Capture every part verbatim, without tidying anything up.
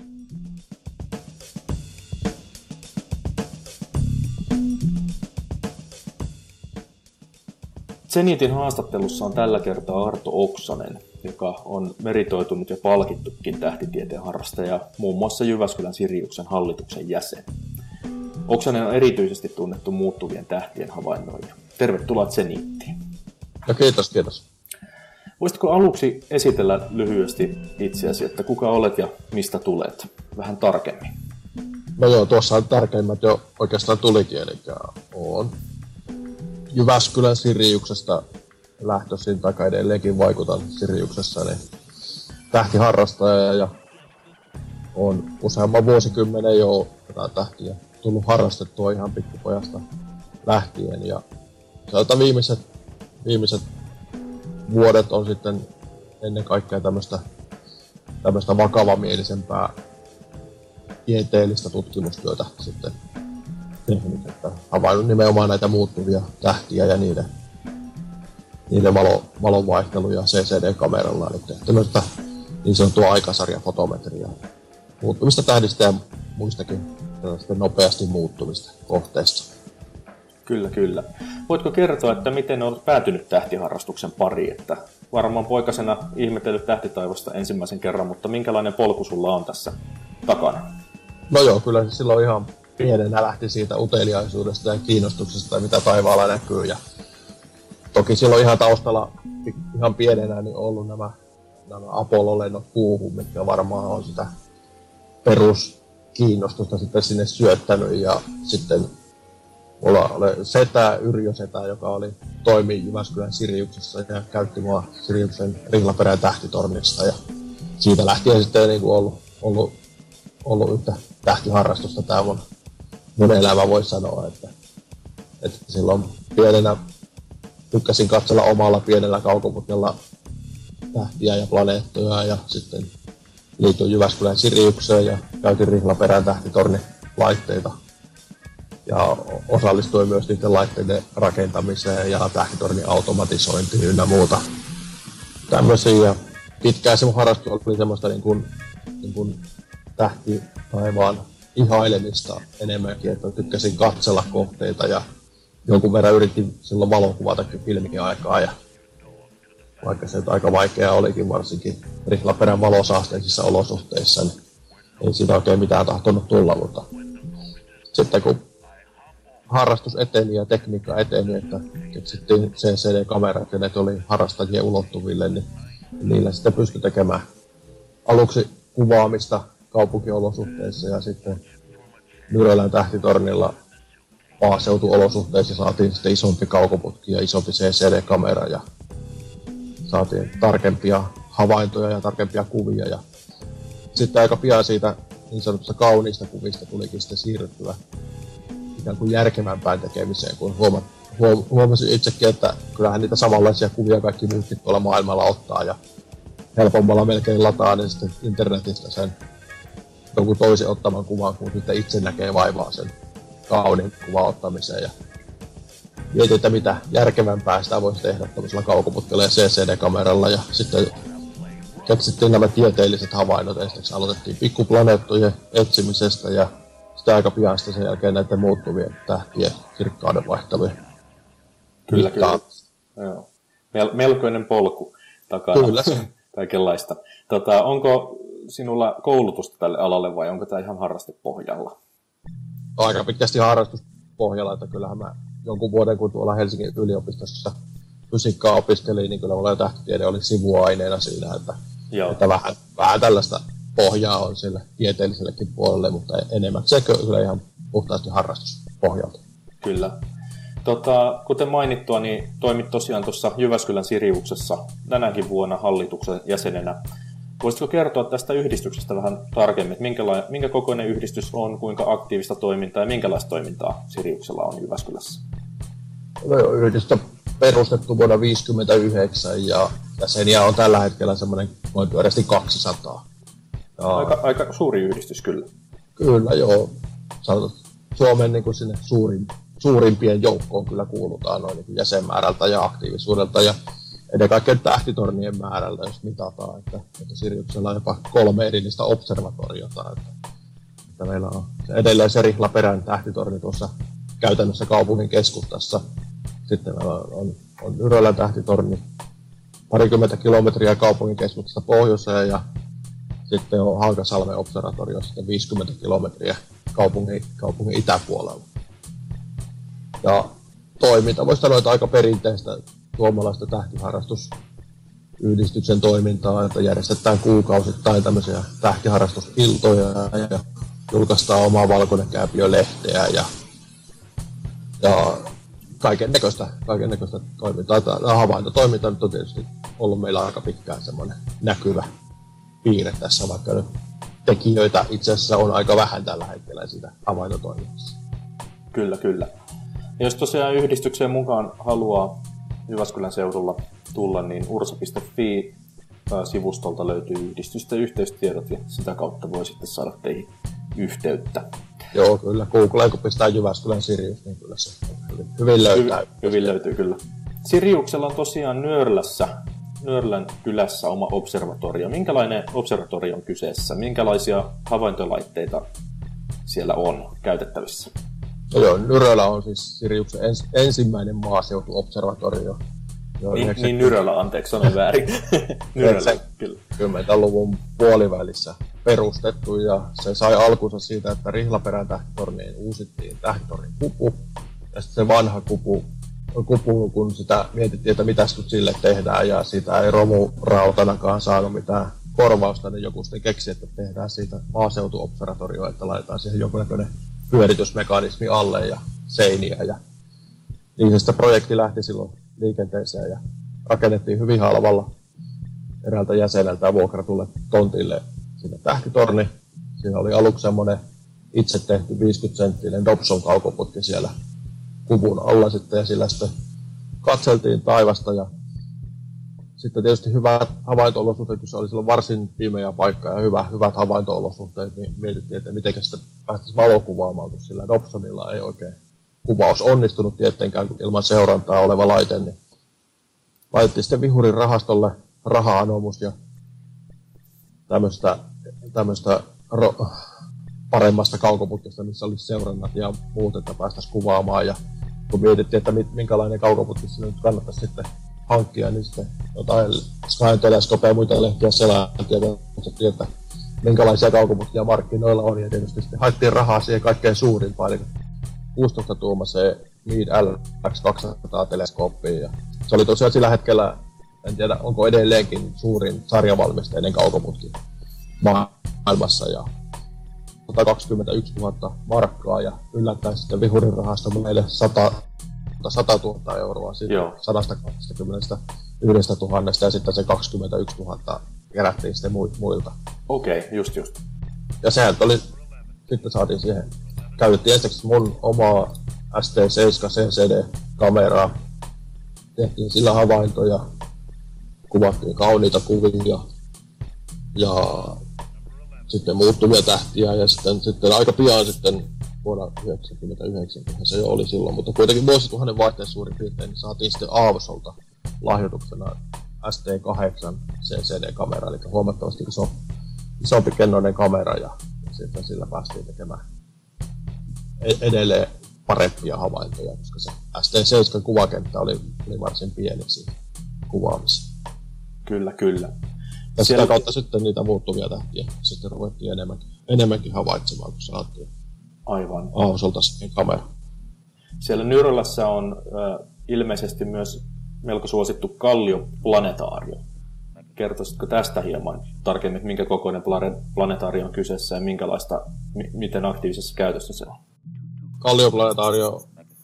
Zenitin haastattelussa on tällä kertaa Arto Oksanen, joka on meritoitunut ja palkittukin tähtitieteen harrastaja, muun muassa Jyväskylän Siriuksen hallituksen jäsen. Oksanen on erityisesti tunnettu muuttuvien tähtien havainnoija. Tervetuloa Zenittiin. No kiitos, kiitos. Voisitko aluksi esitellä lyhyesti itseäsi, että kuka olet ja mistä tulet? Vähän tarkemmin. No joo, tuossa on tärkeimmät jo oikeastaan tulikin, eli olen Jyväskylän Siriuksesta lähtöisin, tai edelleenkin vaikutan Siriuksessa, niin tähtiharrastaja ja olen useamman vuosikymmenen jo tätä tähtiä tullut harrastettua ihan pikkupojasta lähtien. Ja viimeiset, viimeiset vuodet on sitten ennen kaikkea tämmöistä, tämmöistä vakavamielisempää tieteellistä tutkimustyötä sitten tehnyt, että havainnut nimenomaan näitä muuttuvia tähtiä ja niiden, niiden valo, valonvaihteluja C C D-kameralla, eli tehty niin sanottua aikasarjafotometriaa muuttuvista tähdistä ja muistakin nopeasti muuttuvista kohteista. Kyllä, kyllä. Voitko kertoa, että miten olet päätynyt tähtiharrastuksen pariin? Että varmaan poikasena ihmetellyt tähtitaivasta ensimmäisen kerran, mutta minkälainen polku sulla on tässä takana? No joo, kyllä se silloin ihan pienenä lähti siitä uteliaisuudesta ja kiinnostuksesta, mitä taivaalla näkyy. Ja toki silloin ihan taustalla, ihan pienenä, niin on ollut nämä, nämä Apollo-lennot kuuhun, mitkä varmaan on sitä peruskiinnostusta sitten sinne syöttänyt. Ja sitten mulla oli setä, Yrjö Setä, joka oli, toimi Jyväskylän Siriuksessa ja käytti mua Siriuksen Rihlaperän tähtitornista. Ja siitä lähtien sitten niin kuin ollut, ollut, ollut yhtä tähtiharrastusta tää mun, mun elämä, voisi sanoa. Että, että silloin pienenä tykkäsin katsella omalla pienellä kaukoputkella tähtiä ja planeettoja ja sitten liityin Jyväskylän Siriukseen ja käytin Rihlaperän tähtitornilaitteita. Ja osallistuin myös niiden laitteiden rakentamiseen ja tähtitornin automatisointiin ynnä muuta tämmöisiä. Ja pitkään se mun harrastus oli semmoista niin kuin, niin kuin tähtitaivaan ihailemista enemmänkin, että tykkäsin katsella kohteita ja jonkun verran yritin silloin valokuvatakin filmin aikaa. Ja vaikka se aika vaikeaa olikin varsinkin Rihlaperän valosaasteisissa olosuhteissa, niin ei siitä oikein mitään tahtonut tulla, mutta sitten kun harrastus eteni ja tekniikka eteni, että keksittiin C C D-kamerat ja ne oli harrastajien ulottuville, niin niillä sitten pystyi tekemään aluksi kuvaamista kaupunkiolosuhteissa ja sitten Nyrölän tähtitornilla maaseutuolosuhteissa saatiin sitten isompi kaukoputki ja isompi C C D-kamera ja saatiin tarkempia havaintoja ja tarkempia kuvia ja sitten aika pian siitä niin sanotusta kauniista kuvista tulikin sitten siirryttyä ikään kuin järkevämpään tekemiseen, kun huomat, huom, huomasin itsekin, että kyllähän niitä samanlaisia kuvia kaikki muutkin tuolla maailmalla ottaa ja helpommalla melkein lataa ne sitten internetistä sen jonkun toisen ottaman kuvan, kun sitten itse näkee vaivaa sen kauniin kuvan ottamiseen. Ja mietin, että mitä järkevämpää sitä voisi tehdä tämmöisellä kaukoputkella ja C C D-kameralla ja sitten keksittiin nämä tieteelliset havainnot. Ensiksi aloitettiin pikkuplaneettojen etsimisestä ja sitten aika pian sitten sen jälkeen näiden muuttuvien tähtien kirkkauden vaihteluja. Kyllä, kyllä. Joo. Mel- melkoinen polku takana. Kyllä. Kaikenlaista. Tota, onko sinulla koulutusta tälle alalle vai onko tämä ihan harrastepohjalla? Aika pitkästi harrastuspohjalla, että kyllähän mä jonkun vuoden kun tuolla Helsingin yliopistossa fysiikkaa opiskelin, niin kyllä mulla jo tähtitiede oli sivuaineena siinä, että, että vähän, vähän tällaista pohjaa on sille tieteellisellekin puolelle, mutta enemmän se kyllä ihan puhtaasti harrastuspohjalta. Kyllä. Tota, kuten mainittua, niin toimit tosiaan tuossa Jyväskylän Siriuksessa tänäkin vuonna hallituksen jäsenenä. Voisitko kertoa tästä yhdistyksestä vähän tarkemmin, että minkä kokoinen yhdistys on, kuinka aktiivista toimintaa ja minkälaista toimintaa Siriuksella on Jyväskylässä? No joo, yhdistys on perustettu vuonna tuhatyhdeksänsataayhdeksänkymmentäyhdeksän ja jäseniä on tällä hetkellä semmoinen noin pyöreästi kaksisataa. Ja aika, aika suuri yhdistys kyllä. Kyllä joo. Sanotaan, Suomen niin kuin sinne suurin, suurimpien joukkoon kyllä kuulutaan noin niin jäsenmäärältä ja aktiivisuudelta. Ja ennen kaikkea tähtitornien määrällä, jos mitataan, että, että Siriuksella on jopa kolme erillistä observatoriota. Että, että meillä on edelleen se Rihlaperän tähtitorni tuossa käytännössä kaupungin keskustassa. Sitten meillä on, on, on Nyrölän tähtitorni parikymmentä kilometriä kaupungin keskustasta pohjoiseen ja sitten on Hankasalmen observatorio sitten viisikymmentä kilometriä kaupungin, kaupungin itäpuolella. Ja toiminta voisi sanoa, että aika perinteistä suomalaista tähtiharrastusyhdistyksen toimintaa, että järjestetään kuukausittain tämmöisiä tähtiharrastusiltoja ja julkaistaan omaa Valkoinen Kääpiö-lehteä ja, ja kaiken näköistä, kaiken näköistä toimintaa. Tämä havaintotoiminta nyt on tietysti ollut meillä aika pitkään semmoinen näkyvä piirre tässä, vaikka nyt tekijöitä itse asiassa on aika vähän tällä hetkellä siitä havaintotoiminnassa. Kyllä, kyllä. Ja jos tosiaan yhdistykseen mukaan haluaa Jyväskylän seudulla tulla, niin ursa piste fi-sivustolta löytyy yhdistysten yhteystiedot ja sitä kautta voi sitten saada teihin yhteyttä. Joo, kyllä. Googleen kun pistää Jyväskylän Sirius, niin kyllä se hyvin, hyvin löytää. Hyvin, hyvin löytyy, kyllä. Siriuksella on tosiaan Nörlässä, Nörlän kylässä oma observatorio. Minkälainen observatorio on kyseessä? Minkälaisia havaintolaitteita siellä on käytettävissä? No joo, Nyrölä on siis Siriuksen ens, ensimmäinen maaseutuobservatorio. Niin, yhdeksänkymmentä... niin Nyrölä, anteeksi, sanoin väärin. Nyrölä, kyllä. yhdeksänkymmentäluvun puolivälissä perustettu ja se sai alkunsa siitä, että Rihlaperän tähtitorniin uusittiin tähtitornin kupu. Ja sitten se vanha kupu, kupu, kun sitä mietittiin, että mitäs nyt sille tehdään ja siitä ei romurautanakaan saanut mitään korvausta, niin joku sitten keksi, että tehdään siitä maaseutuobservatorio, että laitetaan siihen jonkunnäköinen pyöritysmekanismi alle ja seiniä. Ja niin se projekti lähti silloin liikenteeseen ja rakennettiin hyvin halvalla eräältä jäseneltä vuokratulle tontille sinne tähtitorni. Siinä oli aluksi semmoinen itse tehty viisikymmentä senttinen Dobson kaukoputki siellä kupun alla sitten ja sillä sitten katseltiin taivasta ja sitten tietysti hyvät havainto-olosuhteet, kun se oli silloin varsin pimeä paikka ja hyvä, hyvät havainto-olosuhteet, niin mietittiin, että miten sitä päästäisiin valokuvaamaan, kun sillä Dobsonilla ei oikein kuvaus onnistunut tietenkään, kun ilman seurantaa oleva laite, niin laitettiin sitten Vihurin rahastolle raha-anomus ja tämmöistä, tämmöistä ro- paremmasta kaukoputkesta, missä olisi seurannat ja muut, että päästäisiin kuvaamaan. Ja kun mietittiin, että minkälainen kaukoputki sinne nyt kannattaisi sitten hankkia, niin sitten jotain Sky-teleskopeja ja muita lehtiä selailtiin ja että minkälaisia kaukoputkia markkinoilla on. Ja tietysti sitten haettiin rahaa siihen kaikkein suurimpaan, eli kuusitoista tuumaiseen Meade L X kaksisataa-teleskooppiin. Ja se oli tosiaan sillä hetkellä, en tiedä onko edelleenkin suurin sarjavalmisteinen kaukoputki maailmassa. Ja sata kaksikymmentäyksituhatta markkaa ja yllättäen sitten Vihurin rahasta meille sata tuhatta euroa siitä sata kaksikymmentäyksi tuhatta ja sitten se kaksikymmentäyksituhatta kerättiin sitten muilta. Okei, okay, just just. Ja sehän oli, sitten saatiin siihen, käytettiin ensiksi mun omaa S T seitsemän C C D-kameraa, tehtiin sillä havaintoja, kuvattiin kauniita kuvia ja sitten muuttuvia tähtiä ja sitten, sitten aika pian sitten vuonna yhdeksänkymmentäyhdeksän, kun se jo oli silloin, mutta kuitenkin vuosituhannen vaihteessa suurin piirtein niin saatiin sitten Aavosolta lahjoituksena S T kahdeksan C C D-kamera, eli huomattavasti iso, isompi kennoinen kamera ja, ja sitten sillä päästiin tekemään edelleen parempia havaintoja, koska se S T seitsemän kuvakenttä oli, oli varsin pieni siinä kuvaamisessa. Kyllä, kyllä. Ja sitä kautta sitten niitä muuttuvia tähtiä sitten ruvettiin enemmänkin, enemmänkin havaitsemaan, kun saatiin aivan Aavosolta sitten kamera. Siellä Nyrölässä on äh, ilmeisesti myös melko suosittu Kallio-planetaario. Kertoisitko tästä hieman tarkemmin, minkä kokoinen planetaario on kyseessä ja minkälaista, m- miten aktiivisessa käytössä se on? Kallio-planetaario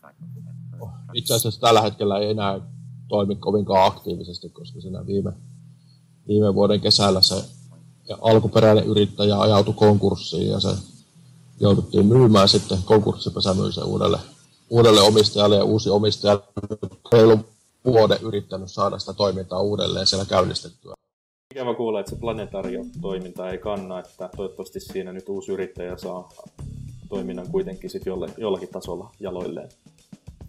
itse asiassa tällä hetkellä ei enää toimi kovinkaan aktiivisesti, koska siinä viime Viime vuoden kesällä se alkuperäinen yrittäjä ajautui konkurssiin ja se jouduttiin myymään sitten. Konkurssipesä myi sen uudelle, uudelle omistajalle ja uusi omistaja reilun vuoden yrittänyt saada sitä toimintaa uudelleen siellä käynnistettyä. Ikävä kuulla, että se planetaario-toiminta ei kanna, että toivottavasti siinä nyt uusi yrittäjä saa toiminnan kuitenkin sit jolle, jollakin tasolla jaloilleen.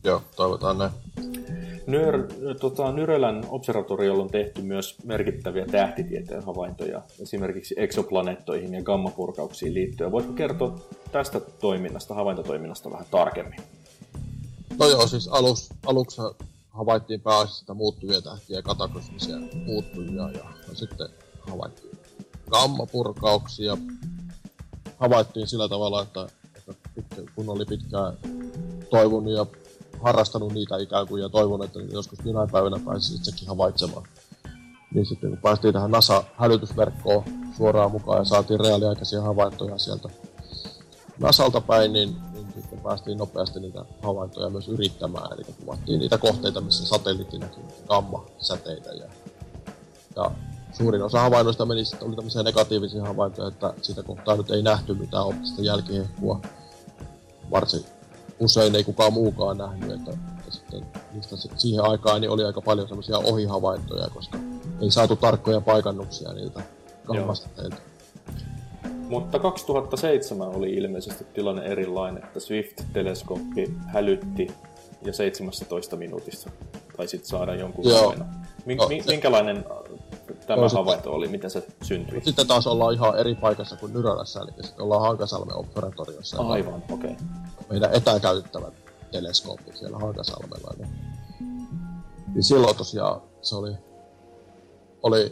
Joo, toivotaan näin. Nyr, tota, Nyrölän observatoriolla on tehty myös merkittäviä tähtitieteen havaintoja, esimerkiksi eksoplaneettoihin ja gammapurkauksiin liittyen. Voitko kertoa tästä toiminnasta, havaintotoiminnasta vähän tarkemmin? No joo, siis alus, aluksi havaittiin pääasiassa muuttuvia tähtiä ja katakosmisia muuttujia, ja sitten havaittiin gammapurkauksia. Havaittiin sillä tavalla, että, että kun oli pitkään toivonut ja harrastanut niitä ikään kuin ja toivon, että joskus jonain päivänä pääsisi itsekin havaitsemaan. Niin sitten kun päästiin tähän NASA-hälytysverkkoon suoraan mukaan ja saatiin reaaliaikaisia havaintoja sieltä NASAlta päin, niin, niin sitten päästiin nopeasti niitä havaintoja myös yrittämään. Eli kuvattiin niitä kohteita, missä satelliitti näkyy gamma-säteitä. Ja, ja suurin osa havainnoista meni sitten, oli tämmöisiä negatiivisia havaintoja, että siitä kohtaa nyt ei nähty mitään optista jälkihehkua. Varsin usein ei kukaan muukaan nähnyt, että, että sitten niistä siihen aikaan niin oli aika paljon semmoisia ohihavaintoja, koska ei saatu tarkkoja paikannuksia niiltä gammasäteiltä. Mutta kaksituhattaseitsemän oli ilmeisesti tilanne erilainen, että Swift-teleskooppi hälytti jo seitsemässätoista minuutissa. Taisit saada jonkun havainnon. Min- no, minkälainen tämä no, havainto sitten oli? Miten se syntyi? Sitten taas ollaan ihan eri paikassa kuin Nyrälässä, eli sitten ollaan Hankasalmen observatoriossa. Aivan, okei. Okay. Meidän etäkäytettävät teleskoopit siellä Hankasalmella. Niin, niin silloin tosiaan se oli, oli,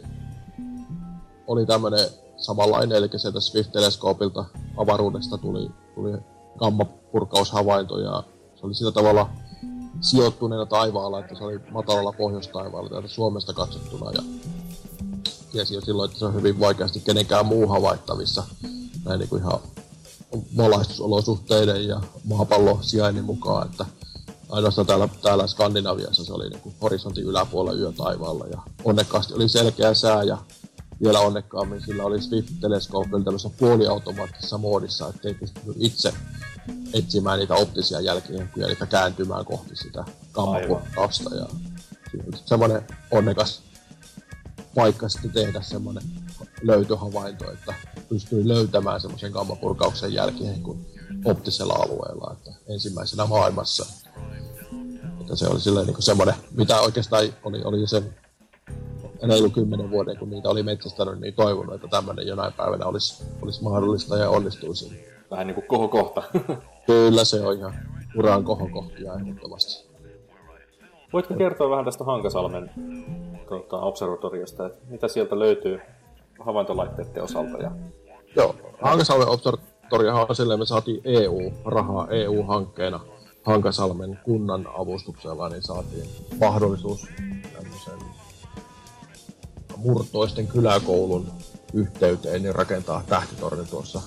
oli tämmönen samanlainen, eli sieltä Swift-teleskoopilta avaruudesta tuli, tuli gammapurkaushavainto, ja se oli sillä tavalla sijoittuneena taivaalla, että se oli matalalla pohjoistaivaalla täältä Suomesta katsottuna, ja tiesi jo silloin, että se on hyvin vaikeasti kenenkään muu havaittavissa näin niin kuin ihan valaistusolosuhteiden ja maapallon sijainnin mukaan, että ainoastaan täällä, täällä Skandinaviassa se oli niin kuin horisontin yläpuolella yötaivaalla, ja onnekkaasti oli selkeä sää, ja vielä onnekkaammin sillä oli Swift-teleskoopilla tämmöisessä puoliautomaattisessa moodissa, ettei pystynyt itse etsimään niitä optisia jälkihehkuja, eli kääntymään kohti sitä gammapurkausta. Ja semmoinen onnekas paikka sitten tehdä semmoinen löytöhavainto, että pystyi löytämään semmoisen gammapurkauksen jälkihehkun optisella alueella, että ensimmäisenä maailmassa. Että se oli silleen niin kuin semmoinen, mitä oikeastaan oli, oli sen reilu kymmenen vuoden, kun niitä oli metsästänyt, niin toivonut, että tämmöinen jonain päivänä olisi, olisi mahdollista ja onnistuisi. Vähän niin kuin kohokohta. Kyllä se on ihan uran kohokohtia ehdottomasti. Voitko kertoa vähän tästä Hankasalmen tuota, observatoriosta, että mitä sieltä löytyy havaintolaitteiden osalta? Ja... Joo, Hankasalmen observatoriohan on silleen, me saatiin E U-rahaa E U-hankkeena Hankasalmen kunnan avustuksella, niin saatiin mahdollisuus tämmöisen murtoisten kyläkoulun yhteyteen niin rakentaa tähtitorni tuossa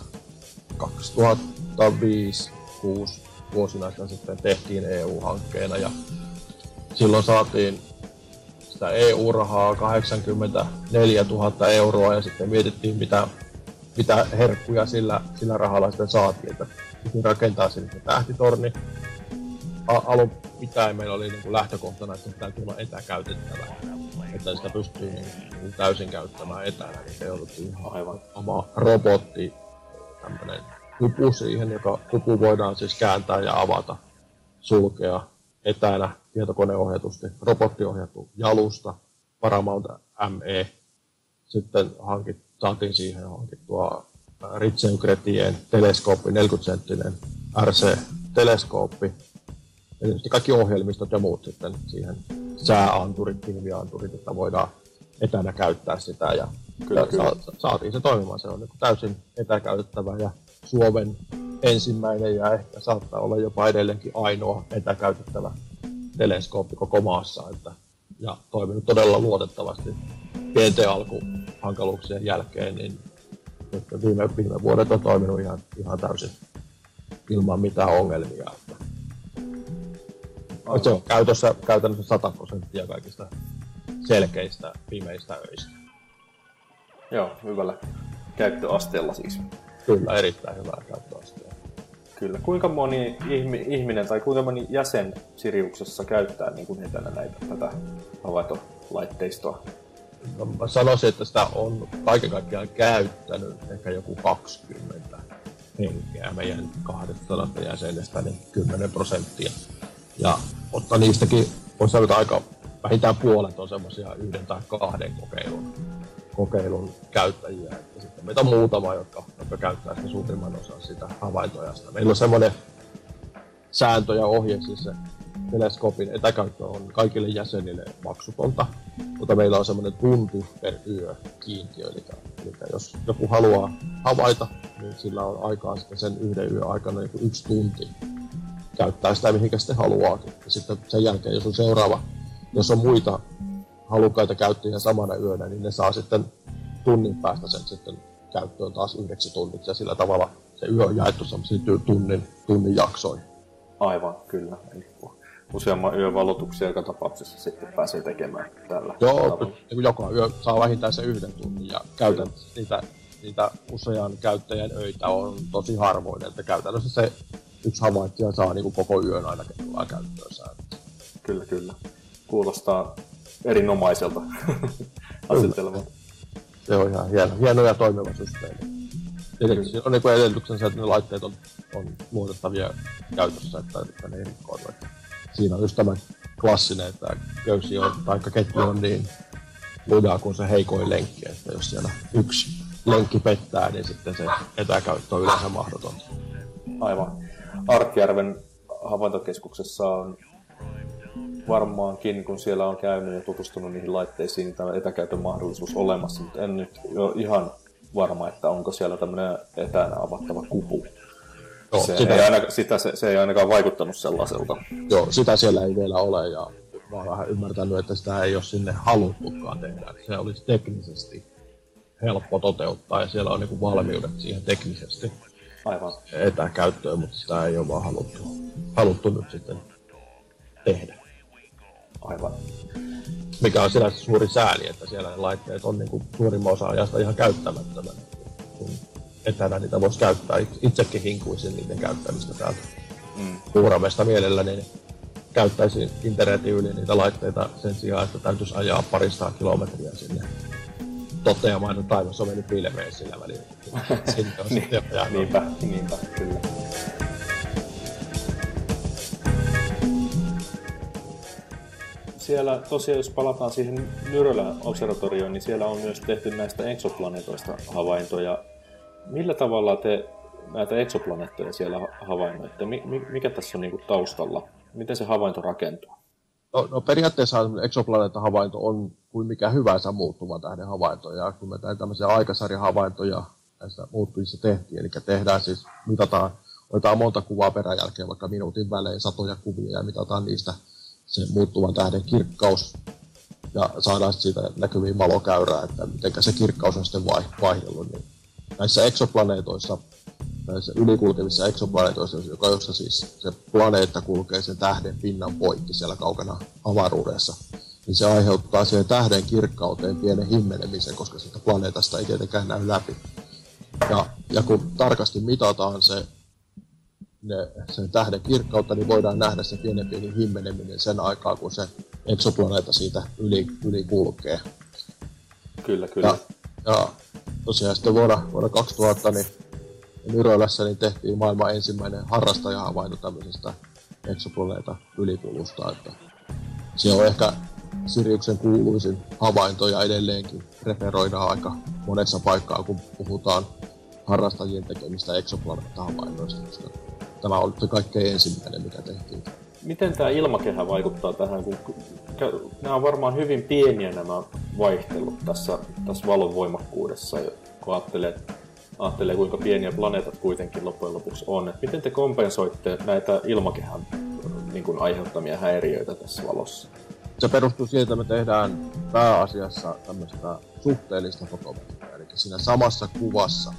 kaksituhattaviisi kuusi vuosina sitä sitten tehtiin E U-hankkeena, ja silloin saatiin sitä E U-rahaa kahdeksankymmentäneljätuhatta euroa, ja sitten mietittiin mitä, mitä herkkuja sillä, sillä rahalla sitten saatiin, että piti rakentaa sinne tähtitorni. A- alun pitäen meillä oli niin kuin lähtökohtana, että se täytyy olla etäkäytettävä, että sitä pystyy niin, niin täysin käyttämään etänä, niin se jouduttiin aivan oma robotti, tämmönen kupu siihen, joka kupu voidaan siis kääntää ja avata, sulkea etänä tietokoneohjatusti, robottiohjattu jalusta, Paramount M E. Sitten hankit, saatiin siihen hankittua Ritsen-Chrétien teleskooppi, neljäkymmentä senttinen R C-teleskooppi. Ja tietysti kaikki ohjelmistot ja muut sitten siihen sääanturit, pilvianturit, että voidaan etänä käyttää sitä. Ja, kyllä, ja kyllä. Sa- saatiin se toimimaan. Se on niin täysin etäkäytettävä ja Suomen ensimmäinen ja ehkä saattaa olla jopa edelleenkin ainoa etäkäytettävä teleskooppi koko maassa. Että, ja toiminut todella luotettavasti pienten alkuhankaluuksien jälkeen, niin viime, viime vuodet on toiminut ihan, ihan täysin ilman mitään ongelmia. Että se on käytössä käytännössä sata prosenttia kaikista selkeistä pimeistä öistä. Joo, hyvällä käyttöasteella siis. Kyllä, erittäin hyvää käyttöasteella. Kyllä. Kuinka moni ihminen tai kuinka moni jäsen Siriuksessa käyttää niin kuin etänä näitä, tätä havaintolaitteistoa? No, mä sanoisin, että sitä on kaiken kaikkiaan käyttänyt ehkä joku kaksikymmentä henkeä meidän kahdestasadasta jäsenestä, niin kymmenen prosenttia. Ja mutta niistäkin voisi sanoa, että aika vähintään puolet on semmoisia yhden tai kahden kokeilun, kokeilun käyttäjiä. Että sitten meitä on muutama, jotka, jotka käyttää sitä suurimman osan sitä havaintojasta. Meillä on semmoinen sääntö ja ohje, siis se teleskoopin etäkäyttö on kaikille jäsenille maksutonta, mutta meillä on semmoinen tunti per yö kiintiö, eli, eli jos joku haluaa havaita, niin sillä on aikaa sitten sen yhden yön aikana niin yksi tunti käyttää sitä, mihinkä sitten haluaakin. Ja sitten sen jälkeen, jos on seuraava, jos on muita halukkaita käyttäjiä samana yönä, niin ne saa sitten tunnin päästä sen sitten käyttöön taas yhdeksi tunniksi, ja sillä tavalla se yö on jaettu semmoisiin tunnin, tunnin jaksoihin. Aivan, kyllä. Eli useamman yön valotuksia joka tapauksessa sitten pääsee tekemään tällä. Joo, joka yö saa vähintään se yhden tunnin, ja käytännössä niitä, niitä usean käyttäjän öitä on tosi harvoin, että käytännössä se yksi havaitsija saa niin kuin koko yön aina kellaan käyttöönsä. Kyllä, kyllä. Kuulostaa erinomaiselta asetelmalta. Se on ihan hieno, hieno ja toimiva systeemi. Tietenkin on niin edellytyksensä, että ne laitteet on, on luotettavia käytössä, että, että ne ei rikkoudu. Siinä on just tämä klassinen, että köysi on, tai ketju on niin luja kuin se heikoin lenkki, että jos siellä yksi lenkki pettää, niin sitten se etäkäyttö on yleensä mahdotonta. Aivan. Artjärven havaintokeskuksessa on varmaankin, kun siellä on käynyt ja tutustunut niihin laitteisiin, niin tämä etäkäytön mahdollisuus olemassa, mutta en nyt ole ihan varma, että onko siellä tämmöinen etänä avattava kupu. Joo, se, sitä, ei ainakaan, sitä, se, se ei ainakaan vaikuttanut sellaiselta. Joo, sitä siellä ei vielä ole, ja mä oon vähän ymmärtänyt, että sitä ei ole sinne haluttukaan tehdä. Se olisi teknisesti helppo toteuttaa, ja siellä on niin kuin valmiudet siihen teknisesti. Aivan. Etäkäyttöön, mutta sitä ei ole vaan haluttu, haluttu nyt sitten tehdä. Aivan. Mikä on sinänsä suuri sääli, että siellä ne laitteet on niin kuin suurimman osa ajasta ihan käyttämättömän. Kun etänä niitä voisi käyttää. Itsekin hinkuisin niiden käyttämistä täältä mm. Puuramesta mielelläni. Niin käyttäisin internetin yli niitä laitteita sen sijaan, että täytyisi ajaa paristaan kilometriä sinne toteamaan, että taivas on mennyt pilveen sillä välillä. Niin, niinpä, niinpä, kyllä. Siellä tosiaan, jos palataan siihen Nyrölän observatorioon, niin siellä on myös tehty näistä eksoplaneetoista havaintoja. Millä tavalla te näitä eksoplaneettoja siellä havainnoitte? Mikä tässä on niinku taustalla? Miten se havainto rakentuu? No, no periaatteessa eksoplaneetta-havainto on kuin mikä hyvänsä muuttuvan tähden havainto. Ja kun me tämmöisiä aikasarjahavaintoja näistä muuttujissa tehtiin, eli tehdään siis, mitataan, otetaan monta kuvaa peräjälkeen, vaikka minuutin välein satoja kuvia, ja mitataan niistä se muuttuvan tähden kirkkaus, ja saadaan siitä näkyviin valokäyrää, että miten se kirkkaus on sitten vaihdellut. Niin näissä eksoplaneetoissa, näissä ylikulkevissa eksoplaneetoissa, joka jossa siis se planeetta kulkee sen tähden pinnan poikki siellä kaukana avaruudessa, niin se aiheuttaa siihen tähden kirkkauteen pienen himmenemisen, koska siitä planeetasta ei tietenkään näy läpi. Ja, ja kun tarkasti mitataan se, ne, sen tähden kirkkautta, niin voidaan nähdä se pienen pieni himmeneminen sen aikaa, kun se eksoplaneetta siitä yli, yli kulkee. Kyllä, kyllä. Ja, ja tosiaan sitten vuonna, vuonna kaksituhatta niin Nyrölässä niin tehtiin maailman ensimmäinen harrastajahavainto tämmöisestä eksoplaneetan ylikulusta. Että se on ehkä Siriuksen kuuluisin havainto ja edelleenkin referoidaan aika monessa paikkaa, kun puhutaan harrastajien tekemistä eksoplaneetta-havainnoista, koska tämä on se kaikkein ensimmäinen, mikä tehtiin. Miten tämä ilmakehä vaikuttaa tähän? Kun nämä on varmaan hyvin pieniä nämä vaihtelut tässä, tässä valon voimakkuudessa, kun ajattelee, ajattelee, kuinka pieniä planeetat kuitenkin loppujen lopuksi on. Et miten te kompensoitte näitä ilmakehän niin kuin aiheuttamia häiriöitä tässä valossa? Se perustuu siihen, että me tehdään pääasiassa tämmöistä suhteellista fotometriaa. Eli siinä samassa kuvassa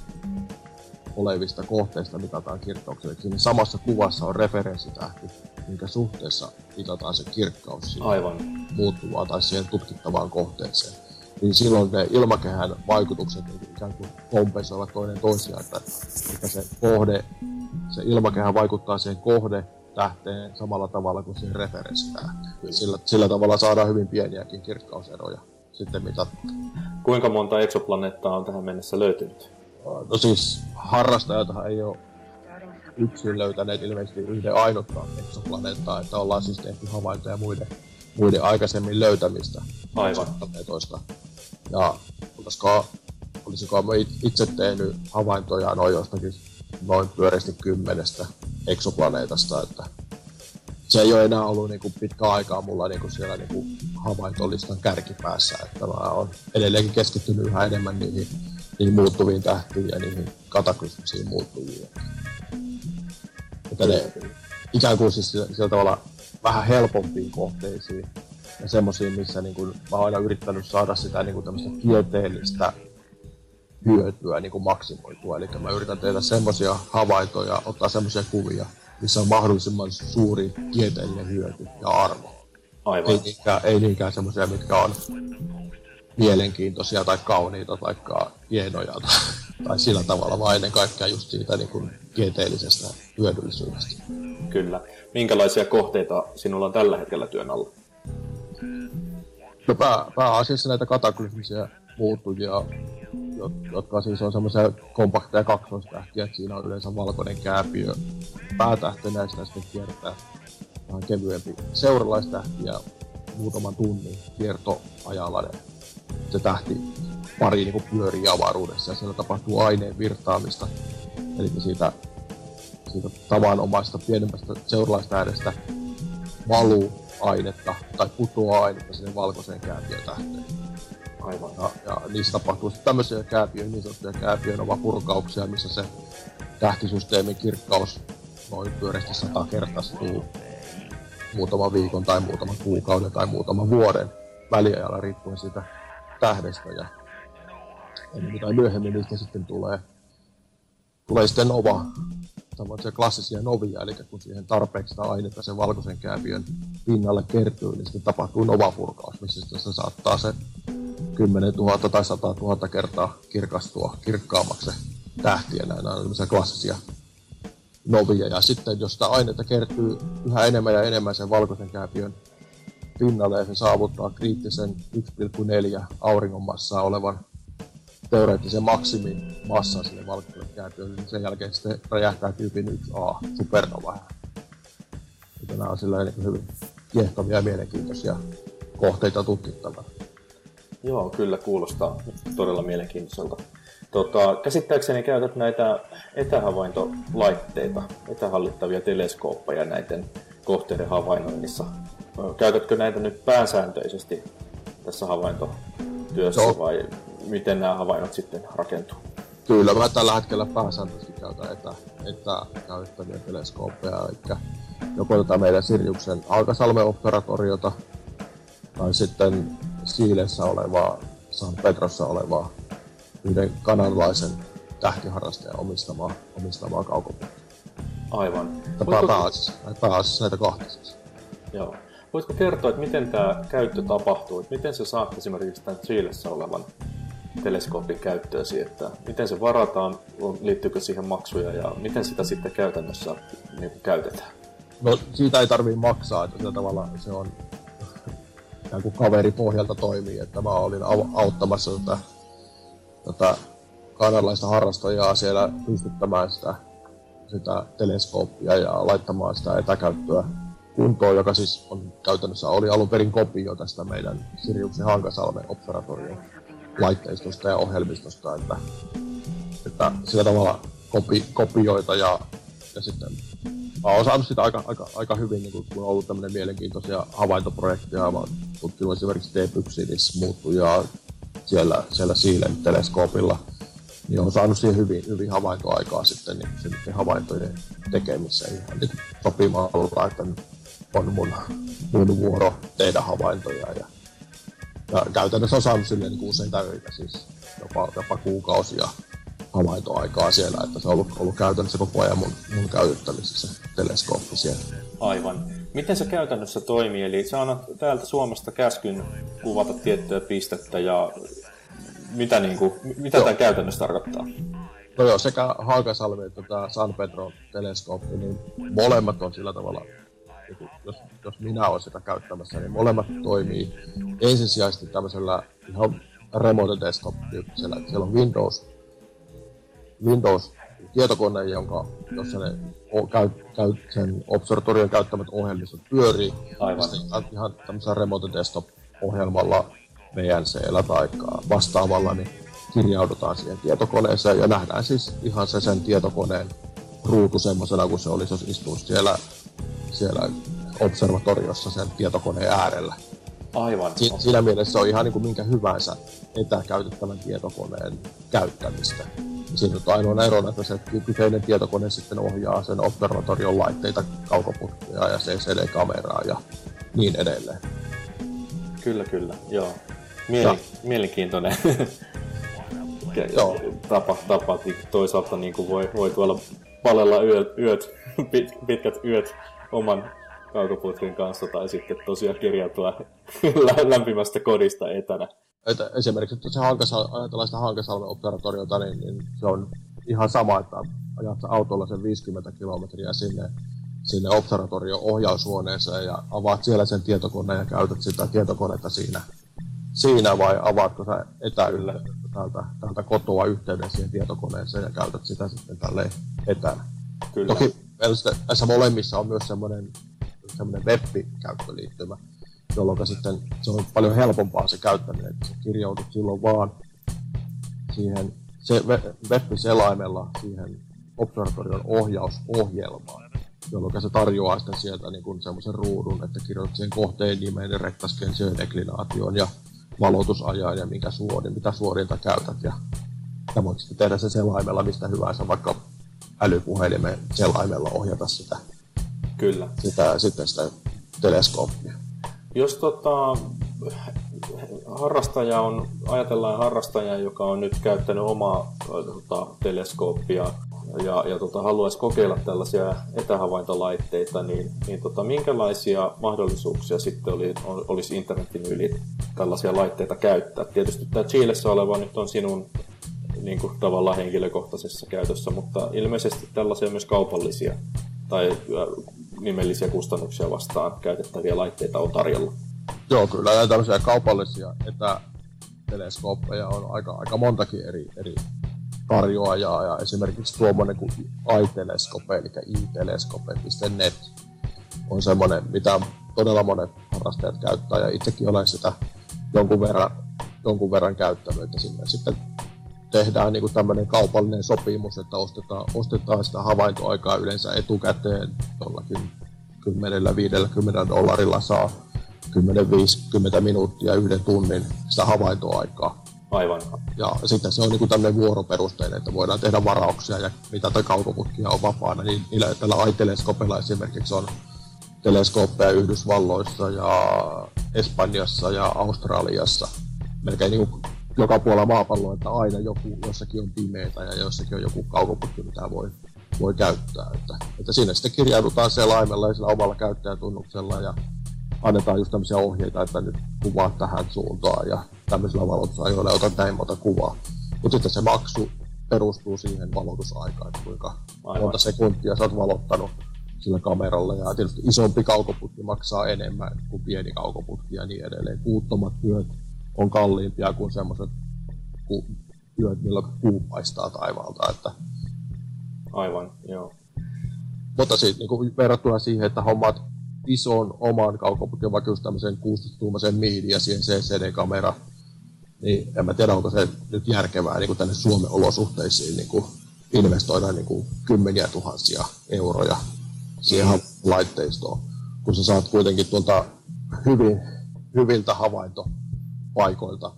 olevista kohteista mitataan kirkkauksia. Siinä samassa kuvassa on referenssitähti, minkä suhteessa mitataan se kirkkaus siihen Aivan. muuttuvaan tai siihen tutkittavaan kohteeseen. Niin silloin ne ilmakehän vaikutukset ikään kuin kompensoivat toinen toisiaan, että, että se kohde, se ilmakehän vaikuttaa siihen kohde tähteen samalla tavalla kuin siihen referenssitähteen. Sillä, sillä tavalla saadaan hyvin pieniäkin kirkkauseroja sitten mitattua. Kuinka monta eksoplaneettaa on tähän mennessä löytynyt? No siis harrastajatahan ei ole yksin löytäneet ilmeisesti yhden ainutkaan eksoplaneettaa, että ollaan siis tehty havaintoja muiden, muiden aikaisemmin löytämistä eksoplaneetoista. Ja olisiko, olisiko mä itse tehnyt havaintoja noin jostakin noin pyöreästi kymmenestä eksoplaneetasta, että se ei ole enää ollut niinku pitkä aikaa mulla niinku siellä niinku havaintolistan kärkipäässä, että mä oon edelleenkin keskittynyt yhä enemmän niihin, niihin muuttuviin tähtiin ja niihin kataklysmisiin muuttuviin. Että ne ikään kuin siis sillä tavalla vähän helpompiin kohteisiin ja semmosiin, missä niinku mä oon aina yrittänyt saada sitä niinku tämmöistä tieteellistä hyötyä niinku maksimoitua. Eli mä yritän tehdä semmosia havaintoja, ottaa semmosia kuvia, missä on mahdollisimman suuri tieteellinen hyöty ja arvo. Aivan. Ei niinkään, ei niinkään semmoisia, mitkä on mielenkiintoisia tai kauniita tai hienoja tai, tai sillä tavalla, vaan ennen kaikkea just siitä niin kuin tieteellisestä hyödyllisyydestä. Kyllä. Minkälaisia kohteita sinulla on tällä hetkellä työn alla? No pää, pääasiassa näitä kataklysmisiä muuttujia, jotka siis on semmoisia kompakteja kaksoistähtiä, että siinä on yleensä valkoinen kääpiö päätähtenä, ja sitä sitten kiertää vähän kevyempi seuralaistähti ja muutaman tunnin kiertoajalla ne, se tähti pari niin kuin pyörii avaruudessa ja siellä tapahtuu aineen virtaamista. Eli siitä, siitä tavanomaista pienemmästä seuralaistähdestä valuu ainetta tai putoaa ainetta sinne valkoiseen kääpiötähteen. Aivan. Ja, ja niissä tapahtuu tämmöisiä kääpiöitä, niin sanottuja kääpiönova-purkauksia, missä se tähtisysteemin kirkkaus noin pyöreästi sata kertaistuu muutaman viikon tai muutaman kuukauden tai muutaman vuoden väliajalla riippuen siitä tähdestä. Ja mitä myöhemmin niistä sitten tulee, tulee sitten nova, tämmöisiä klassisia novia, eli kun siihen tarpeeksi sitä ainetta sen valkoisen kääpiön pinnalle kertyy, niin sitten tapahtuu novapurkaus, missä sitten se saattaa se kymmenen tuhatta tai sata tuhatta kertaa kirkastua kirkkaammaksi se tähti, ja näin on tämmöisiä klassisia novia. Ja sitten jos sitä ainetta kertyy yhä enemmän ja enemmän sen valkoisen kääpiön pinnalle, ja se saavuttaa kriittisen yksi pilkku neljä auringon massaa olevan teoreettisen maksimin massan sinne valkoiselle kääpiölle, niin sen jälkeen sitten räjähtää tyypin yksi A supernova. Ja nämä on sillä niin hyvin kiehtovia ja mielenkiintoisia kohteita tutkittavana. Joo, kyllä kuulostaa todella mielenkiintoiselta. Tota, käsittääkseni käytät näitä etähavaintolaitteita, etähallittavia teleskooppeja näiden kohteiden havainnoinnissa. Käytätkö näitä nyt pääsääntöisesti tässä havaintotyössä no. vai miten nämä havainnot sitten rakentuu? Kyllä, mä tällä hetkellä pääsääntöisesti käytän etä, etäkäyttäviä teleskooppeja, eli joko tätä meidän Siriuksen Alkasalme-observatoriota tai sitten Siilessä olevaa, San Pedrossa olevaa yhden kanadalaisen tähtiharrastajan omistamaa, omistamaa kaukopuolta. Aivan. Pääasiassa pääasiassa näitä kahta siis. Joo. Voitko kertoa, että miten tämä käyttö tapahtuu? Että miten sä saat esimerkiksi tämän Chilessä olevan teleskoopin käyttöösi? Että miten se varataan, liittyykö siihen maksuja ja miten sitä sitten käytännössä niin kuin käytetään? No siitä ei tarvii maksaa, että sillä tavalla se on ikään kuin kaveri pohjalta toimii, että mä olin auttamassa tätä, tätä kanadalaista harrastajaa siellä pystyttämään sitä, sitä teleskooppia ja laittamaan sitä etäkäyttöä kuntoon, joka siis on käytännössä oli alun perin kopio tästä meidän Siriuksen Hankasalmen observatorion laitteistosta ja ohjelmistosta, että, että sillä tavalla kopi, kopioita ja, ja sitten mä oon saanut sitä aika, aika, aika hyvin, niin kun on ollut tämmöinen mielenkiintoisia havaintoprojekteja. Mä oon tutkinut esimerkiksi T-Pyxinis muuttujaa siellä, siellä Siilen teleskoopilla. Niin on saanut siihen hyvin, hyvin havaintoaikaa sitten niin sitten havaintojen tekemisessä ihan niin sopimalla, että on mun, mun vuoro tehdä havaintoja. Ja, ja käytännössä on saanut silleen niin useita öitä, siis jopa, jopa kuukausia havaintoaikaa siellä, että se on ollut, ollut käytännössä koko ajan mun, mun käytettävissä se teleskooppi siellä. Aivan. Miten se käytännössä toimii? Eli sä annat täältä Suomesta käskyn kuvata tiettyä pistettä ja mitä, niin kuin, mitä tämä käytännössä tarkoittaa? No joo, sekä Hankasalmi että tämä San Pedro teleskooppi, niin molemmat on sillä tavalla, jos, jos minä olen sitä käyttämässä, niin molemmat toimii ensisijaisesti tämmöisellä ihan remote desktop-tyyppisellä. Siellä on Windows Windows tietokone, jonka, jossa ne o, käy, käy, sen observatorion käyttämät ohjelmistot pyörii. Aivan. Sitten ihan tämmöisellä remote desktop-ohjelmalla V N C:llä tai vastaavalla, niin kirjaudutaan siihen tietokoneeseen ja nähdään siis ihan se sen tietokoneen ruutu semmoisena, kun se olisi, jos istuisi siellä, siellä observatoriossa sen tietokoneen äärellä. Aivan. Si- siinä mielessä se on ihan niin kuin minkä hyvänsä etäkäytettävän tietokoneen käyttämistä. Ja siinä on ainoa ero, että se kyseinen tietokone sitten ohjaa sen observatorion laitteita, kaukoputkia ja C C D-kameraa ja niin edelleen. Kyllä, kyllä, joo. Mieli- mielenkiintoinen joo. tapa, tapa. Toisaalta niin kuin voi, voi tuolla palella yöt, yöt pit, pitkät yöt oman kaukoputken kanssa tai sitten tosiaan kirjautua lämpimästä kodista etänä. Että esimerkiksi, että se Hankasal- ajatellaan sitä Hankasalmen observatoriota, niin, niin se on ihan sama, että ajat autolla sen viisikymmentä kilometriä sinne, sinne observatorion ohjaushuoneeseen ja avaat siellä sen tietokoneen ja käytät sitä tietokonetta siinä, siinä vai avaatko sä etäyhteyttä täältä, täältä kotoa yhteyden siihen tietokoneeseen ja käytät sitä sitten tälleen etänä. Kyllä. Toki näissä molemmissa on myös semmoinen semmoinen web-käyttöliittymä, jolloin sitten se on paljon helpompaa se käyttäminen, että sä kirjaudut silloin vaan siihen se web-selaimella siihen observatorion ohjausohjelmaan, jolloin se tarjoaa sitten sieltä niin kuin semmoisen ruudun, että kirjoitat siihen kohteen nimen ja rektasken siihen deklinaation ja valotusajan ja minkä suorin, mitä suorinta käytät. Ja sä voit sitten tehdä sen selaimella mistä hyvänsä, vaikka älypuhelimen selaimella ohjata sitä. Kyllä. Sitä, sitten sitä teleskooppia. Jos tota, harrastaja on, ajatellaan harrastajaa, joka on nyt käyttänyt omaa tota, teleskooppia ja, ja tota, haluaisi kokeilla tällaisia etähavaintolaitteita, niin, niin tota, minkälaisia mahdollisuuksia sitten oli, olisi internetin yli tällaisia laitteita käyttää? Tietysti tämä Chilessä oleva nyt on sinun niin kuin, tavallaan henkilökohtaisessa käytössä, mutta ilmeisesti tällaisia myös kaupallisia tai nimellisiä kustannuksia vastaan käytettäviä laitteita on tarjolla. Joo, kyllä tämmöisiä kaupallisia etäteleskooppeja on aika, aika montakin eri, eri tarjoajaa. Ja esimerkiksi tuommoinen kuin iTeleskope, eli i teleskope piste net on semmoinen, mitä todella monet harrastajat käyttää, ja itsekin olen sitä jonkun verran, jonkun verran käyttänyt, että sinne sitten tehdään niin kuin tämmöinen kaupallinen sopimus, että ostetaan, ostetaan sitä havaintoaikaa yleensä etukäteen jollakin kymmenen viisikymmentä dollarilla saa kymmenen viisikymmentä minuuttia yhden tunnin sitä havaintoaikaa. Aivan. Ja sitten se on niin kuin tämmöinen vuoroperusteinen, että voidaan tehdä varauksia ja mitä tai kaukoputkia on vapaana. Niin niillä, tällä iTeleskopella esimerkiksi on teleskooppeja Yhdysvalloissa ja Espanjassa ja Australiassa. Melkein niin kuin joka puolella maapalloa, että aina joku, jossakin on pimeätä ja jossakin on joku kaukoputki, mitä voi, voi käyttää. Että, että siinä sitten kirjaudutaan selaimella ja sillä omalla käyttäjätunnuksella ja annetaan just tämmöisiä ohjeita, että nyt kuvaa tähän suuntaan ja tämmöisillä valotusajoilla otan näin monta kuvaa. Mutta sitten se maksu perustuu siihen valotusaikaan, että kuinka Aivan. monta sekuntia sä oot valottanut sillä kameralla. Ja tietysti isompi kaukoputki maksaa enemmän kuin pieni kaukoputki ja niin edelleen. Kuuttomat työt on kalliimpia kuin semmoiset ku- yöt, milloin kuu paistaa taivaalta. Että... Aivan, joo. Mutta sitten niin verrattuna siihen, että hommat ison oman kaukoputkin, vaikka just tämmöisen kuusitoista-tuumaisen miidin ja siihen C C D-kamera, niin en mä tiedä, onko se nyt järkevää niin kuin tänne Suomen olosuhteisiin niin kuin investoida niin kuin kymmeniä tuhansia euroja siihen mm. laitteistoon, kun sä saat kuitenkin tuolta hyvin, hyviltä havaintopaikoilta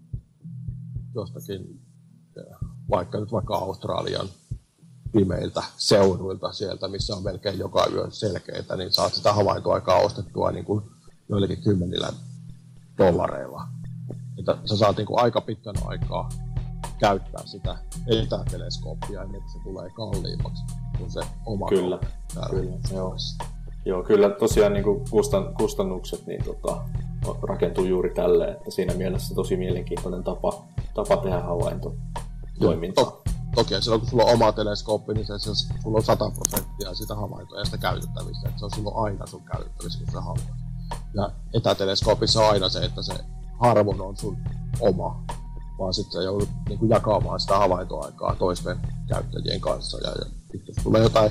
jostakin, vaikka nyt vaikka Australian pimeiltä seuduilta sieltä, missä on melkein joka yö selkeitä, niin saat sitä havaintoaikaa ostettua niin kuin joillekin kymmenillä dollareilla. Että sä saat niin kuin aika pitkän aikaa käyttää sitä etäteleskooppia ennen kuin se tulee kalliimmaksi kuin se oma. Kyllä, kyllä joo. Joo, kyllä tosiaan niin kuin kustan, kustannukset niin tota, rakentuu juuri tälleen, että siinä mielessä tosi mielenkiintoinen tapa, tapa tehdä havaintotoimintaa. To, toki silloin kun sulla on oma teleskooppi, niin se, se, sulla on sata prosenttia sitä havaintoa ja sitä käytettävissä, että se on silloin aina sun käytettävissä, kun sä haluat. Ja etäteleskoopissa on aina se, että se harvon on sun oma. vaan sitten sä joudut niin kuin jakamaan sitä havaintoaikaa toisten käyttäjien kanssa. Ja, ja jos tulee jotain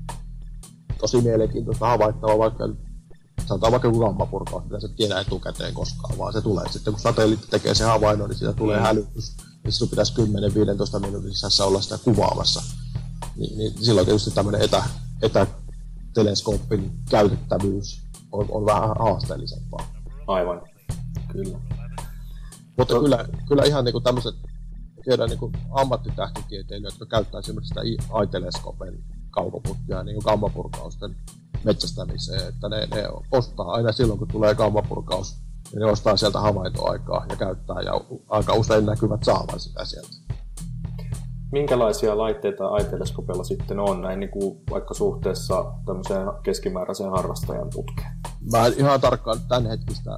tosi mielenkiintoista havaittavaa, vaikka sanotaan vaikka joku gammapurkaus, mitä sä et tiedä etukäteen koskaan, vaan se tulee sitten, kun satelliitti tekee sen havainnon, niin siitä tulee mm. hälytys, niin sinun pitäisi kymmenen viisitoista minuutin sisässä olla sitä kuvaamassa. Ni, niin silloin tietysti tämmöinen etä, etäteleskooppin käytettävyys on, on vähän haasteellisempaa. Aivan, kyllä. Mutta no. kyllä, kyllä ihan niinku tämmöiset, tiedän niinku ammattitähtitieteilijöitä, jotka käyttää esimerkiksi sitä iTeleskopen kaukoputkia niin gammapurkausten metsästämiseen, että ne, ne ostaa aina silloin, kun tulee gammapurkaus, niin ne ostaa sieltä havaintoaikaa ja käyttää, ja aika usein näkyvät saavan sitä sieltä. Minkälaisia laitteita iTeleskopella sitten on, näin niin kuin vaikka suhteessa tämmöiseen keskimääräiseen harrastajan putkeen? Mä en ihan tarkkaan tämänhetkistä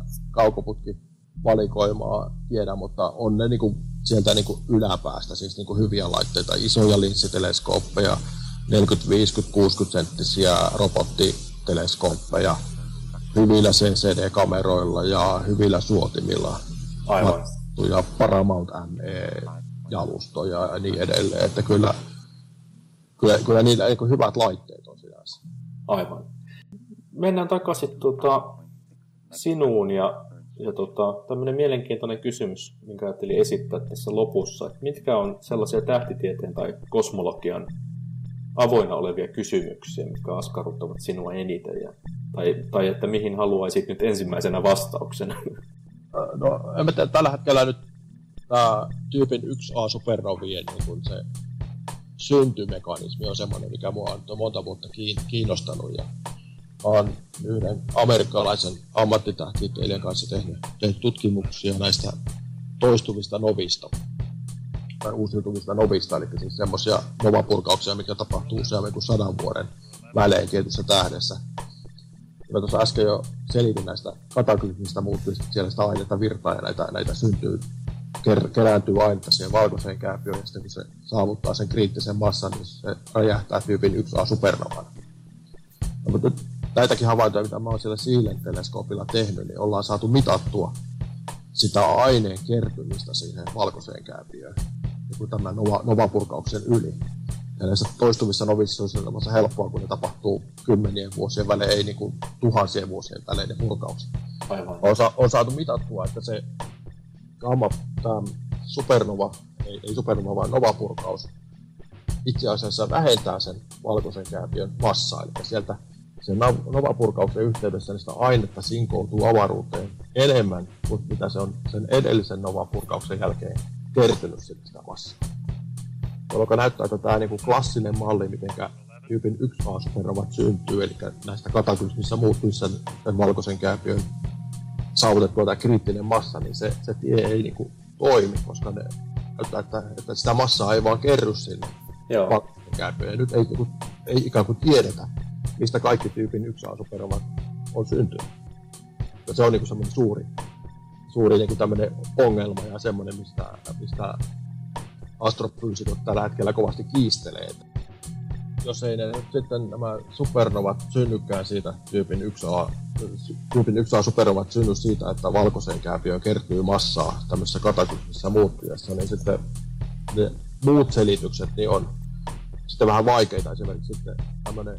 kaukoputkivalikoimaa tiedä, mutta on ne niin kuin sieltä niin kuin yläpäästä, siis niin kuin hyviä laitteita, isoja linssiteleskooppeja, neljäkymmentä, viisikymmentä, kuusikymmentä senttisiä robottiteleskooppeja, hyvillä C C D-kameroilla ja hyvillä suotimilla. Aivan. Ja Paramount M E-jalustoja ja niin edelleen, että kyllä, kyllä, kyllä niillä niin hyvät laitteet on sinänsä. Aivan. Mennään takaisin tuota, sinuun ja, ja tuota, tämmöinen mielenkiintoinen kysymys, minkä ajattelin esittää tässä lopussa. Että mitkä on sellaisia tähtitieteen tai kosmologian avoinna olevia kysymyksiä, mitkä askarruttavat sinua eniten, ja, tai, tai että mihin haluaisit nyt ensimmäisenä vastauksen? No, en mä tiedä, tällä hetkellä nyt tämä tyypin yksi A supernovien niin kun se syntymekanismi on semmoinen, mikä mua on monta vuotta kiinnostanut, ja mä oon yhden amerikkalaisen ammattitähtitieteilijän kanssa tehnyt, tehnyt tutkimuksia näistä toistuvista novista, tai uusiutuvista novista, eli siis semmoisia novapurkauksia, mikä tapahtuu useammin kuin sadan vuoden välein tietyssä tähdessä. Mä tuossa äsken jo selitin näistä kataklysmistä muuttuvista, siellä sitä ainetta virtaa ja näitä, näitä syntyy, ker, kerääntyy ainetta siihen valkoiseen kääpiöön, ja sitten kun se saavuttaa sen kriittisen massan, niin se räjähtää tyypin yksi A supernovana. No, mutta näitäkin havaintoja, mitä mä oon siellä Seelen-teleskoopilla tehnyt, niin ollaan saatu mitattua sitä aineen kertymistä siihen valkoiseen kääpiöön niin tämän nova, novapurkauksen yli. Ja näissä toistuvissa novissa on sellaisessa helppoa, kun ne tapahtuu kymmenien vuosien välein, ei niin kuin tuhansien vuosien välein ne purkaukset. Aivan. On, sa- on saatu mitattua, että se gamma, tämä supernova, ei, ei supernova, vaan novapurkaus, itse asiassa vähentää sen valkoisen kääpiön massaa. Eli sieltä sen novapurkauksen yhteydessä niistä ainetta sinkoutuu avaruuteen enemmän kuin mitä se on sen edellisen novapurkauksen jälkeen kertynyt sitä massaa. Jolloin näyttää, että tämä niinku klassinen malli, miten tyypin yksi A supernovat syntyy, eli näistä kataklysmissa muuttuissa sen valkoisen kääpiön saavutettua tämä kriittinen massa, niin se, se tie ei niinku toimi, koska ne näyttää, että, että sitä massaa ei vaan kerry sinne valkoisen kääpiöön. Ja nyt ei, niinku, ei ikään kuin tiedetä, mistä kaikki tyypin yksi A supernovat on syntynyt. Ja se on niinku semmoinen suuri, suuri niinku tämmöinen ongelma ja semmoinen, mistä, mistä astrofyysikot tällä hetkellä kovasti kiistelee. Jos ei ne nyt sitten nämä supernovat synnykään siitä tyypin yksi A, tyypin yksi A supernovat synny siitä, että valkoiseen kääpiöön kertyy massaa tämmöisessä kataklysmissa muuttujassa, niin sitten ne muut selitykset niin on sitten vähän vaikeita. Esimerkiksi sitten tämmöinen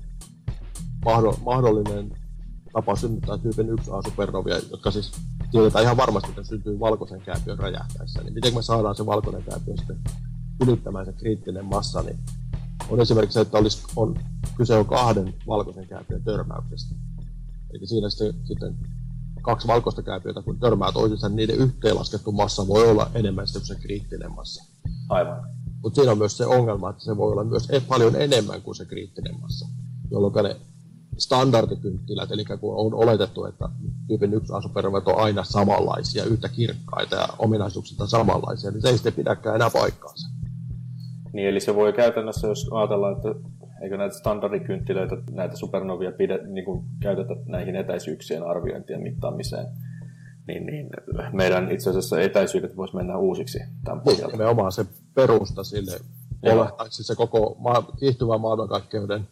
mahdollinen tapa synnyttää tyypin yksi A supernovia, jotka siis tiedetään ihan varmasti, että syntyy valkoisen kääpiön räjähtäessä. Niin miten me saadaan se valkoinen kääpiö sitten ylittämään se kriittinen massa, niin on esimerkiksi se, että olisi, on, kyse on kahden valkoisen kääpiön törmäyksestä. Eli siinä sitten, sitten kaksi valkoista kääpiötä, kun törmää toisensa, niin niiden yhteenlaskettu massa voi olla enemmän kuin se kriittinen massa. Aivan. Mutta siinä on myös se ongelma, että se voi olla myös paljon enemmän kuin se kriittinen massa, jolloin ne standardikynttilät, eli kun on oletettu, että tyypin yksi A supernovat on aina samanlaisia, yhtä kirkkaita ja ominaisuuksilta samanlaisia, niin se ei sitten pidäkään enää paikkaansa. Niin, eli se voi käytännössä, jos ajatellaan, että eikö näitä standardikynttilöitä, näitä supernovia pidä, niin kuin käytetä näihin etäisyyksien arviointiin ja mittaamiseen, niin, niin meidän itse asiassa etäisyydet voisi mennä uusiksi tämän pohjalta. Nimenomaan se perusta sille, siis se koko maa, kiihtyvän maailmankaikkeuden,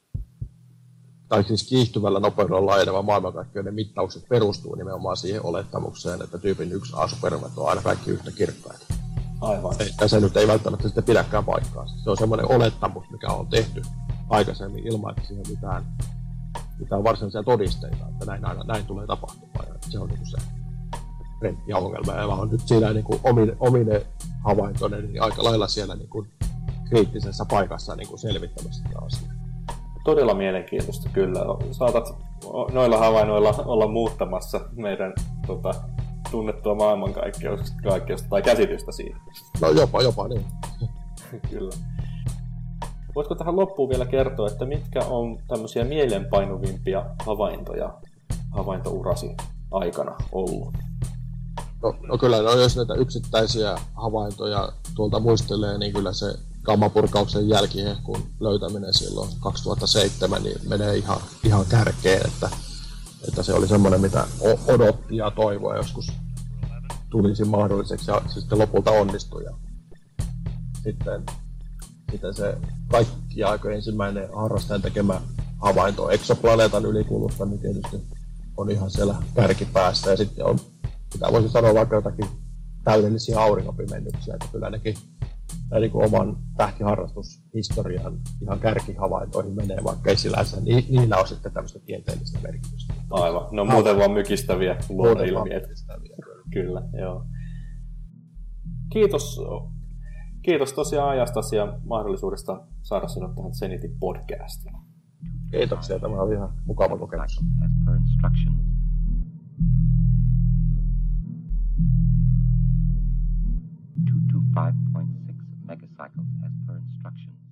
tai siis kiihtyvällä nopeudella laajeneva maailmankaikkeuden mittaukset perustuu nimenomaan siihen olettamukseen, että tyypin yksi A supernovat on aina kaikki yhtä kirkkaita. Aivan. Ja se nyt ei välttämättä sitten pidäkään paikkaa. Se on semmoinen olettamus, mikä on tehty aikaisemmin ilman, että siihen mitään, mitään varsinaisia todisteita, että näin, näin, näin tulee tapahtumaan. Ja se on niin se renttiä ongelma. Ja mä oon nyt siinä niin omine, omine havaintoinen niin aika lailla siellä niin kuin kriittisessä paikassa niin kuin selvittämässä tätä asiaa. Todella mielenkiintoista kyllä. Saatat noilla havainnoilla olla muuttamassa meidän tota, tunnettua maailmankaikkeutta tai käsitystä siitä. No jopa, jopa niin. Kyllä. Voitko tähän loppuun vielä kertoa, että mitkä on tämmöisiä mielenpainuvimpia havaintoja havaintourasi aikana ollut? No, no kyllä, no, jos näitä yksittäisiä havaintoja tuolta muistelee, niin kyllä se gammapurkauksen jälkihehkun löytäminen silloin kaksituhattaseitsemän niin menee ihan, ihan kärkeen, että, että se oli semmoinen, mitä odotti ja toivoi joskus tulisi mahdolliseksi ja sitten lopulta onnistui. Ja sitten, sitten se kaikki aika ensimmäinen harrastajan tekemä havainto eksoplaneetan ylikulusta, niin tietysti on ihan siellä kärkipäässä ja sitten on, mitä voisi sanoa vaikka jotakin täydellisiä aurinkopimennyksiä, että kyllä nekin niin kuin oman tähtiharrastushistorian ihan kärkihavaintoihin menee, vaikka ei sillä ni, niillä ole sitten tämmöistä tieteellistä merkitystä. Aivan, no muuten vaan mykistäviä luonnonilmiöitä. Kyllä, joo. Kiitos, kiitos tosiaan ajastasi ja mahdollisuudesta saada sinut tähän Zenitin podcastiin. Kiitoksia, tämä oli ihan mukava kokemus. two to five point six megacycles as per instructions.